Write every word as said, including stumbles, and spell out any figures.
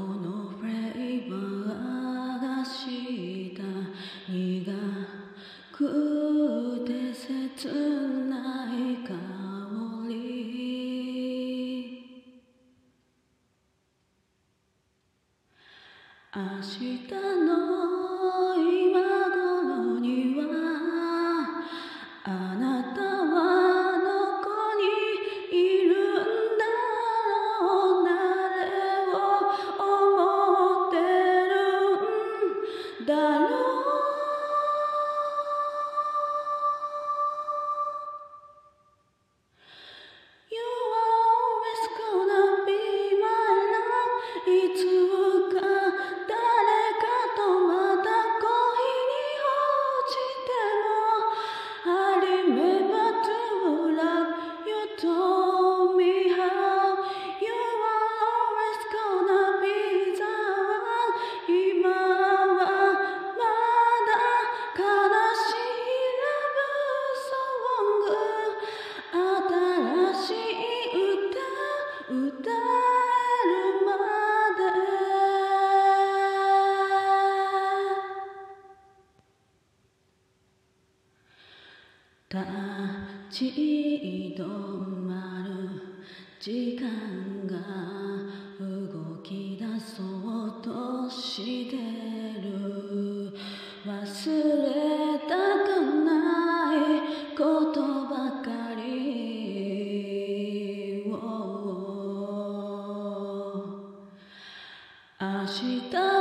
のフレーバーがした苦くて切ない香り明日の今頃にはあなたはどこにいるんだろう誰を思ってるんだろうYou are always gonna be my love いつか誰かとまた恋に落ちても I remember to love you told me how You are always gonna be the one 今はまだ悲しいラブソング新しい歌歌えるまで立ち止まる時間が動き出そうとしてる忘れたくないことばかりを明日